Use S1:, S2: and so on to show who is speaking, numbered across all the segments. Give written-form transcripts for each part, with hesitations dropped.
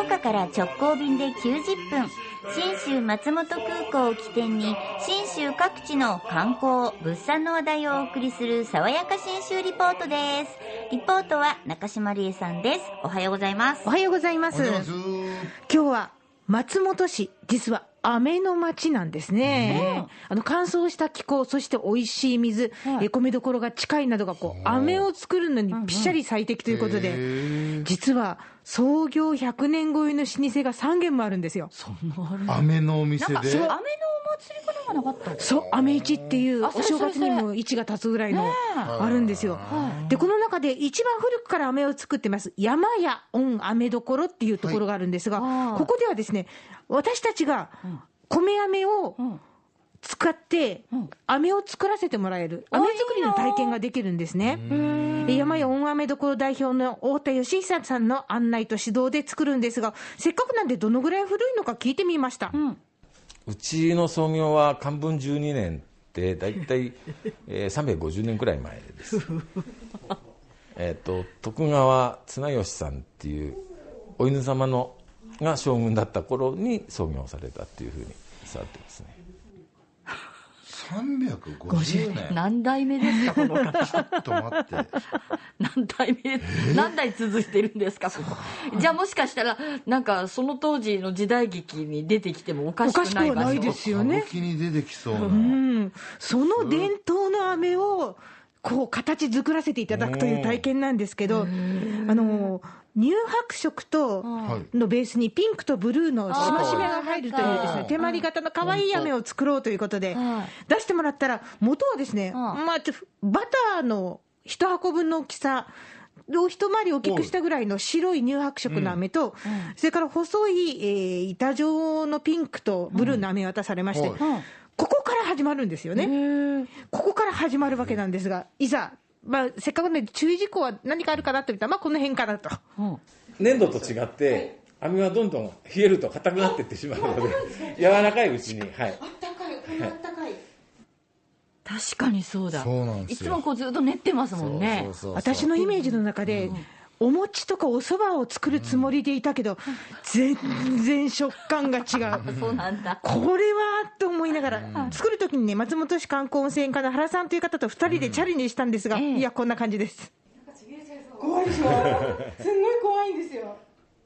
S1: 岡から直行便で90分、信州松本空港を起点に信州各地の観光物産の話題をお送りする爽やか信州リポートです。リポートは中島理恵さんです。おはようございます。
S2: おはようございます。今日は松本市、実は飴の町なんですね。乾燥した気候、そして美味しい水、米どころが近いなどが飴を作るのにぴしゃり最適ということで、実は創業100年超えの老舗が3軒もあるんですよ。
S3: 飴のお店で。
S1: 飴のお祭りかなんかなかったっけ？
S2: そう、飴市っていうお正月にも市が立つぐらいのあるんですよ。でこの中で一番古くから飴を作ってます山屋御飴どころっていうところがあるんですが、ここではですね、私たちが米飴を使って飴を作らせてもらえる、飴作りの体験ができるんですね。山屋御飴どころ代表の太田義久さんの案内と指導で作るんですが、せっかくなんでどのぐらい古いのか聞いてみました。
S4: うちの創業は漢文12年でだいたい350年くらい前です。徳川綱吉さんっていうお犬様のが将軍だった頃に創業されたっていうふうに伝わってますね。
S3: 350年。
S1: 何代目ですかこの方。
S3: ちょっと待って。
S1: 何代続いてるんですかここ。じゃあもしかしたらなんかその当時の時代劇に出てきてもおかしくない場所。
S2: おかしくはないですよね。
S3: 歌舞伎に出てきそうな。
S2: その伝統の飴を形作らせていただくという体験なんですけど、乳白色とのベースにピンクとブルーのしましめが入るというですね、手まり型の可愛い飴を作ろうということで出してもらったら、元はですね、バターの1箱分の大きさを一回り大きくしたぐらいの白い乳白色の飴と、それから細い板状のピンクとブルーの飴を渡されまして、ここから始まるんですよね。ここから始まるわけなんですが、いざせっかくので注意事項は何かあるかなと見たら、この辺からと。
S4: 粘土と違って飴はどんどん冷えると硬くなっていってしまうので、柔らかいうちに、あったかい、
S2: あったかい。
S1: 確かにそうだ。
S3: そうなんですよ。
S1: いつもずっと練ってますもんね。
S2: 私のイメージの中で、お餅とかお蕎麦を作るつもりでいたけど、全然食感が違う。
S1: そうなんだ。
S2: これはと思いながら、作るときにね、松本市観光温泉課の原さんという方と2人でチャレンジしたんですが、いや、こんな感じです。怖いでしょ。すんごい怖いんですよ。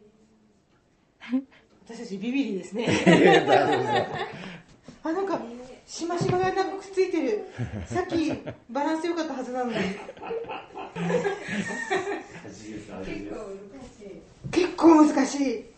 S2: 私たちビビリですね。なんかしましまがなんかくっついてる。さっきバランス良かったはずなのに。結構難しい。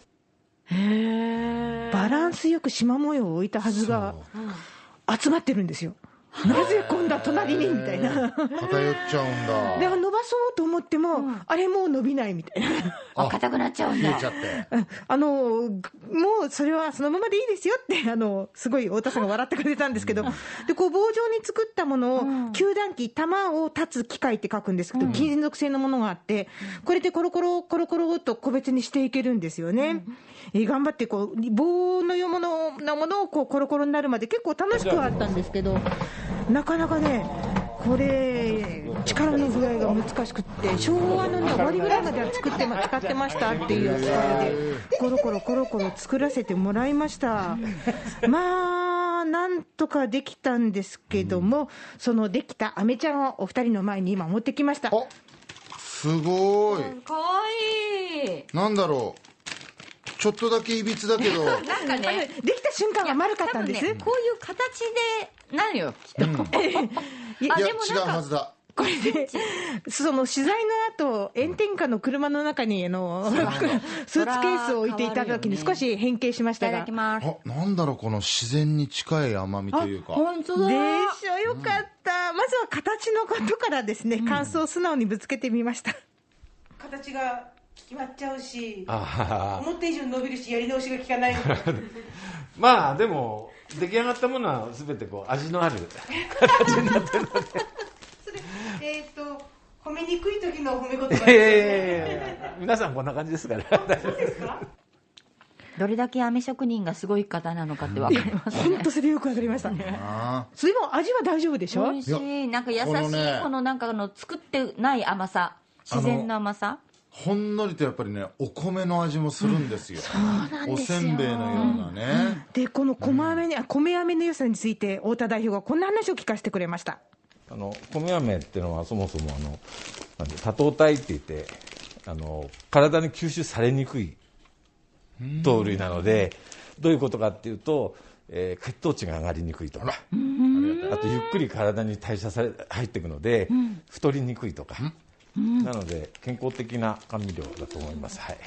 S2: バランスよく縞模様を置いたはずが集まってるんですよ。なぜ今度は隣にみたいな。
S3: 偏っちゃうんだ。
S2: で伸ばそうと思っても、あれもう伸びないみたいな。
S1: 硬くなっちゃうんだ。
S3: 冷えちゃって。
S2: もうそれはそのままでいいですよってすごい太田さんが笑ってくれたんですけど、で棒状に作ったものを球団機、玉を立つ機械って書くんですけど、金属製のものがあって、これでコロコロコロコロと個別にしていけるんですよね。頑張って棒のようなものをコロコロになるまで結構楽しくはあったんですけど、なかなかね、これ力の具合が難しくって、昭和の終わりぐらいまでは使ってましたっていう機械でコロコロコロコロ作らせてもらいました。なんとかできたんですけども、そのできた飴ちゃんをお二人の前に今持ってきました。
S3: すごい。
S1: かわいい。
S3: なんだろう、ちょっとだけいびつだけど
S1: なんかね、
S2: できた瞬間は丸かったんです。
S1: こういう形でなるよきっと。
S3: いや違うはずだ。
S2: これでその取材の後、炎天下の車の中にスーツケースを置いていた時に少し変形しましたが、
S1: いただきます。
S3: なんだろう、この自然に近い甘みというか。
S1: 本当だ。
S2: でしょ、よかった。まずは形のことからですね、感想を素直にぶつけてみました。形が決まっちゃうし、思った以上に伸びるし、やり直しが効かない。
S4: でも出来上がったものは全て味のある形になってるので。
S2: それ褒めにくい時の褒め言葉ですよね。
S4: 皆さんこんな感じですから。
S2: そうですか。
S1: どれだけ飴職人がすごい方なのかって分かりますね。
S2: 本当それよく分かりましたね。それも味は大丈夫でしょ。
S1: 美味しい。なんか優しい、なんか作ってない甘さ、自然な甘さ。
S3: ほんのりとやっぱりね、お米の味もするんですよ。
S2: そうなんですよ。
S3: おせんべいのようなね。
S2: で、この米飴の良さについて、太田代表がこんな話を聞かせてくれました。
S4: 米飴っていうのはそもそも多糖体って言って体に吸収されにくい糖類なので、どういうことかっていうと、血糖値が上がりにくいとか、あとゆっくり体に代謝入っていくので、太りにくいとか、なので健康的な甘味料だと思います。はい、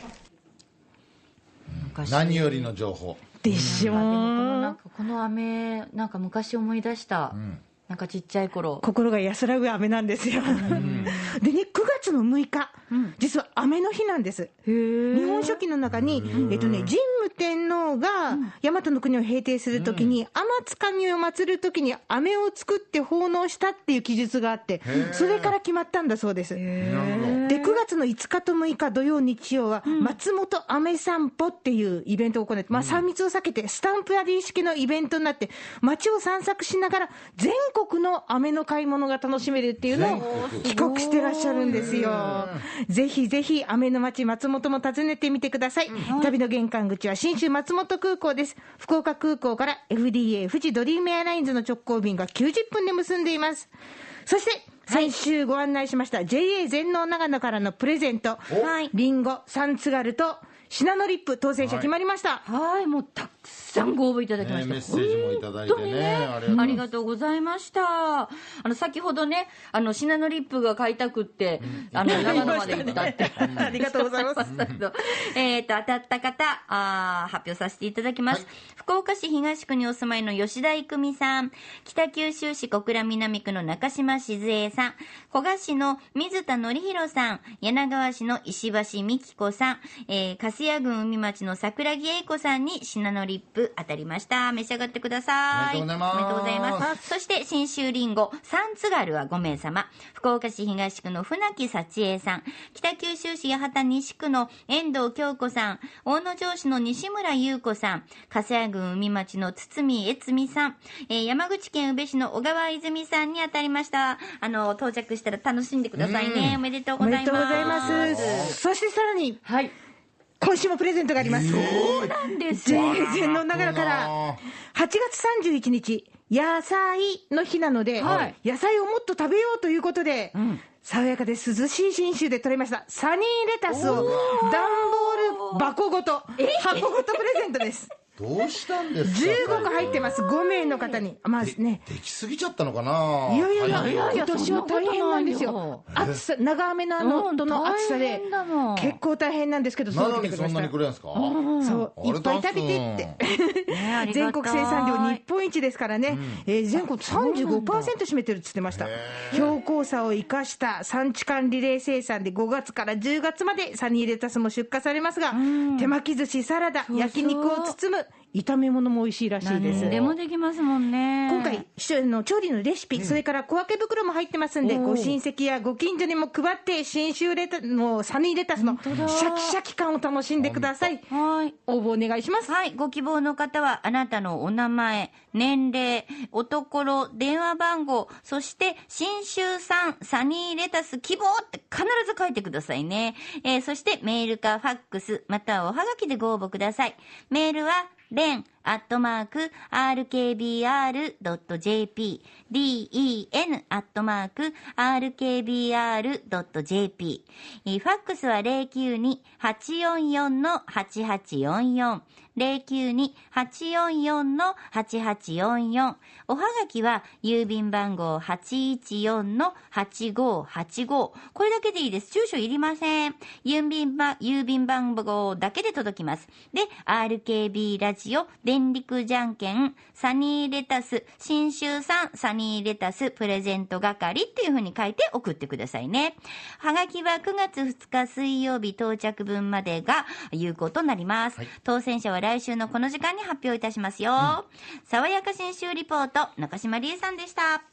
S3: 何よりの情報
S2: でしょ。
S1: なんかこの飴、なんか昔思い出した、なんかちっちゃい頃
S2: 心が安らぐ飴なんですよ。でね、9月の6日、実は飴の日なんです。日本書紀の中に、神武天皇が大和の国を平定するときに、天津神を祀るときに飴を作って奉納したっていう記述があって、それから決まったんだそうです。で、9月の5日と6日土曜日曜は松本飴散歩っていうイベントを行って、3密を避けてスタンプラリー式のイベントになって、街を散策しながら全国の飴の買い物が楽しめるっていうのを企画してらっしゃるんですよ。ぜひぜひ飴の街松本も訪ねてみてください。旅の玄関口は信州松本空港です。福岡空港から FDA 富士ドリームエアラインズの直行便が90分で結んでいます。そして先週ご案内しました JA 全農長野からのプレゼント、リンゴ、サンツガルとシナノリップ当選者決まりました。
S1: はい、もうたくさんご応募いただきました。
S3: メッセージもいただいてね、
S1: ありがとうございました。先ほどね、シナノリップが買いたくって、長野まで行ったって。
S2: ありがとうございます。
S1: 当たった方、発表させていただきます。福岡市東区にお住まいの吉田郁美さん、北九州市小倉南区の中島静江さん、古賀市の水田則弘さん、柳川市の石橋美希子さん、粕谷郡海町の桜木英子さんにシナノリップ当たりました。召し上がってください。
S3: おめでとうございます。
S1: そして信州リンゴサンツガルは5名様、福岡市東区の船木幸恵さん、北九州市八幡西区の遠藤京子さん、大野城市の西村優子さん、粕谷郡海町の堤悦美さん、山口県宇部市の小川泉さんに当たりました。到着したら楽しんでくださいね。おめでとうございます。
S2: おめでとうございます。そしてさらに、はい、今週もプレゼントがあります。
S1: そうなんですよ。
S2: 全農長野から8月31日野菜の日なので、野菜をもっと食べようということで、爽やかで涼しい信州で取れましたサニーレタスを段ボール箱ごと箱ごとプレゼントです。
S3: どうしたんですか。
S2: 15個入ってます。5名の方に。まあね。
S3: できすぎちゃったのかな。
S2: いや今年は大変なんですよ。暑さ、長雨のとの暑さで結構大変なんですけど、
S3: なのにそんなにくれるんですか。
S2: そう、いっぱい食べてって。全国生産量日本一ですからね。全国 35% 占めてるって言ってました。標高差を生かした産地間リレー生産で5月から10月までサニーレタスも出荷されますが、手巻き寿司、サラダ、焼肉を包む炒め物も美味しいらしいです。
S1: 何でもできますもんね。
S2: 今回調理のレシピ、それから小分け袋も入ってますんで、ご親戚やご近所にも配って信州レタのサニーレタスのシャキシャキ感を楽しんでください。はい、応募お願いします。
S1: はい、ご希望の方はあなたのお名前、年齢、おところ、電話番号、そして信州産サニーレタス希望って必ず書いてくださいね。そしてメールかファックスまたはおはがきでご応募ください。メールはlen@rkbr.jp den@rkbr.jp ファックスは 092-844-8844 092-844-8844 おはがきは郵便番号 814-8585 これだけでいいです。住所いりません。郵便番号だけで届きます。で RKB ラジオ電力じゃんけんサニーレタス信州産サニーレタスプレゼント係っていう風に書いて送ってくださいね。はがきは9月2日水曜日到着分までが有効となります。当選者は来週のこの時間に発表いたしますよ。爽やか信州リポート中島理恵さんでした。